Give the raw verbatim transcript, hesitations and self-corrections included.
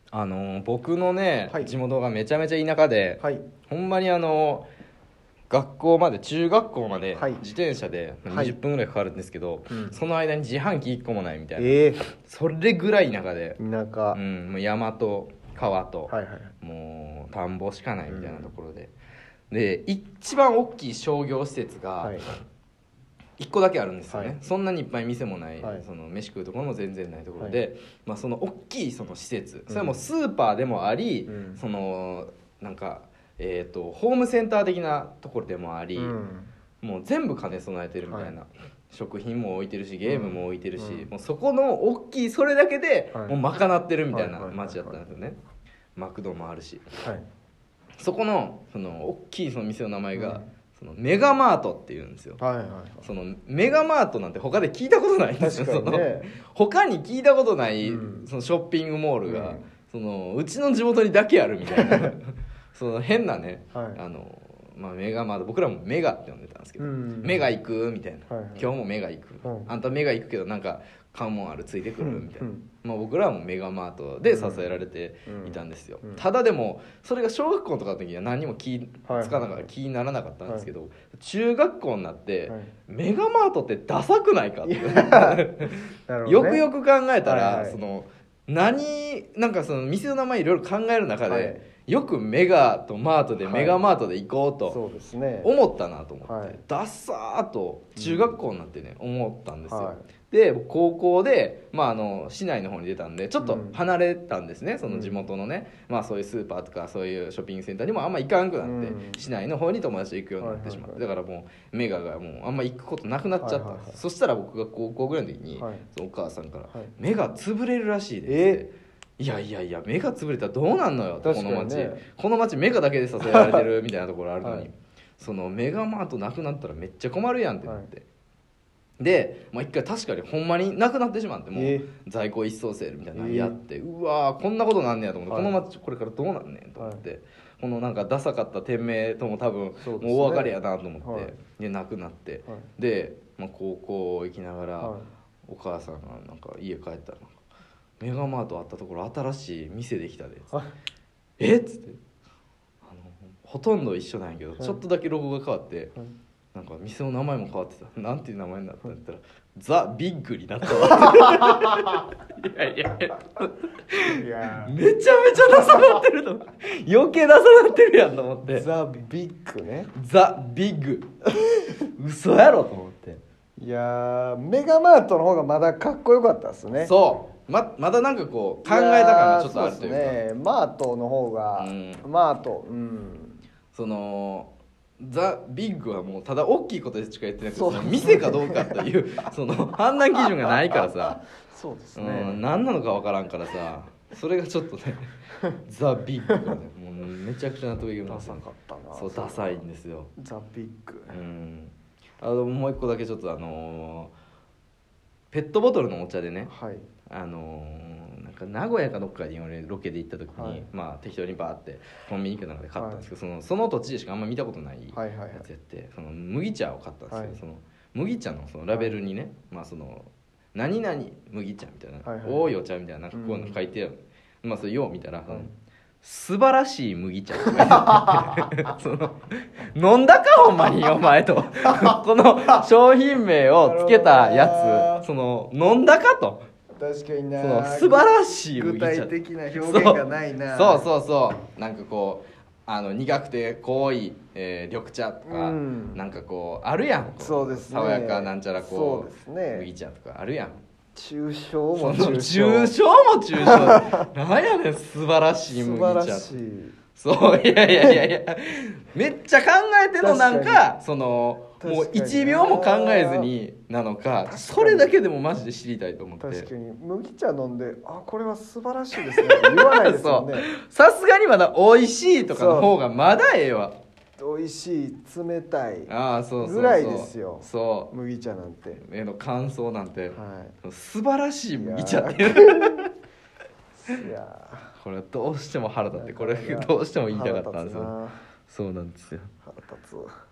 あの僕のね、 はい地元がめちゃめちゃ田舎で、 はいほんまにあの学校まで中学校まではい自転車ではいにじゅっぷんぐらいかかるんですけど、 うんその間に自販機いっこもないみたいな、 えそれぐらい田舎で、 え田舎、 うん、もう山と川と、 はいはいもう田んぼしかないみたいなところで、で一番大きい商業施設がはいいっこだけあるんですよね、 はいそんなにいっぱい店もない、 はいその飯食うところも全然ないところで、まあ、その大きいその施設、それはもううんスーパーでもあり、 うんそのなんか、えー、とホームセンター的なところでもあり、 うんもう全部兼ね備えてるみたいな、 は食品も置いてるしゲームも置いてるし、 うんもうそこの大きいそれだけではいもう賄ってるみたいなはい街だったんですよね。マクドもあるし、 はいそこのその大きいその店の名前が、 うんそのメガマートっていうんですよ。 はいはいそのメガマートなんて他で聞いたことないんですよ。 確かにねその他に聞いたことない、 うんそのショッピングモールが、 うんそのうちの地元にだけあるみたいなその変なね、 はいあのまあ、メガマート、僕らもメガって呼んでたんですけど、 うんメガ行くみたいな、 はいはい今日もメガ行く、 うんあんたメガ行くけどなんか買うもんあるついてくるみたいな、 うんまあ、僕らはもうメガマートで支えられていたんですよ、 うんうんただでもそれが小学校とかの時には何にも気つかなかった、 はい気にならなかったんですけど、中学校になって、 はいメガマートってダサくないかってなるほどねよくよく考えたら、 はいはいその何なんかその店の名前いろいろ考える中で、 はいよくメガとマートではいメガマートで行こうとそうですね思ったなと思って、 はいダッサーと中学校になってね、思ったんですよ、 はいで高校で、まあ、あの市内の方に出たんでちょっと離れたんですね、その地元のね、まあ、そういうスーパーとかそういうショッピングセンターにもあんま行かんくなって、 うん市内の方に友達と行くようになってしまって、 はいはいだからもうメガがもうあんま行くことなくなっちゃったんです、 はいはいはいそしたら僕が高校ぐらいの時に、 はいそのお母さんから、 はいメガ潰れるらしいですって、いやいやいやメガ潰れたらどうなんのよ、こ確かにねの町、この町メガだけで支えられてるみたいなところあるのに、 はいそのメガマートなくなったらめっちゃ困るやんってなって、で、まあ、一回確かにほんまになくなってしまってもうえ在庫一掃セールみたいなのやって、うわーこんなことなんねやと思って、 はいこの町これからどうなんねんと思って、このなんかダサかった店名とも多分そうですねもうお別れやなと思って、 はいでなくなって、 はいで、まあ、高校行きながら、 はいお母さんがなんか家帰ったらなんかメガマートあったところ新しい店できたでっつってはいえっつってあのほとんど一緒なんやけど、 はいちょっとだけロゴが変わって、 はいなんか店の名前も変わってた、なんていう名前になったんだったら、ザ・ビッグになったわいやいやいやいやめちゃめちゃダサなってると余計ダサなってるやんと思ってーザ・ビッグねザ・ビッグ嘘やろと思っていやーメガマートの方がまだかっこよかったですねそうままだなんかこう考えた感がちょっとあるというかやーそうですねマートの方が、 うんマートうんそのザ・ビッグはもうただ大きいことでしか言ってなくて、 そうその店かどうかというその判断基準がないからさ、 そうですうね、 ん、何なのか分からんからさ、それがちょっとねザ・ビッグがねもうめちゃくちゃ納得いきますダサかったなそうダサいんですよ。 ザ・ビッグうんあのもう一個だけちょっとあのーペットボトルのお茶でね、 はいあのーなんか名古屋かどっかに俺ロケで行った時に、 はいまあ適当にバーってコンビニかなんかで買ったんですけど、そのその土地でしかあんま見たことないはいはいはいやつやって、その麦茶を買ったんですけど、 はいその麦茶のそのラベルにね、まあその何々麦茶みたいな、 はいはい多いお茶みたいななんかこういうの書いてある、まあそれよう見たら、そのはい素晴らしい麦茶って書いてあってその飲んだかほんまにお前とこの商品名をつけたやつ、その飲んだかと、 確かにそのな素晴らしい具麦茶体的な表現がないなそうそうそうそうなんかこうあの苦くて濃い、えー緑茶とか、 うんなんかこうあるやんこそうですね爽やかなんちゃらこうそうですね麦茶とかあるやん、 抽象もその抽抽象象も抽象なんやねん素晴らしい素麦茶晴らしいそういやいやいやいやめっちゃ考えてのなん確かその確かにもういちびょうも考えずになのか確かにそれだけでもマジで知りたいと思って確かに麦茶飲んであこれは素晴らしいですねって言わないですもんねさすがにまだ美味しいとかの方がまだええわ美味しい冷たいああそうそうそうぐらいですよそう麦茶なんてえの感想なんて、 は素晴らしい麦茶っていういいやこれどうしても腹立ってこれいやどうしても言いたかったんですよ腹立つなそうなんですよ腹立つ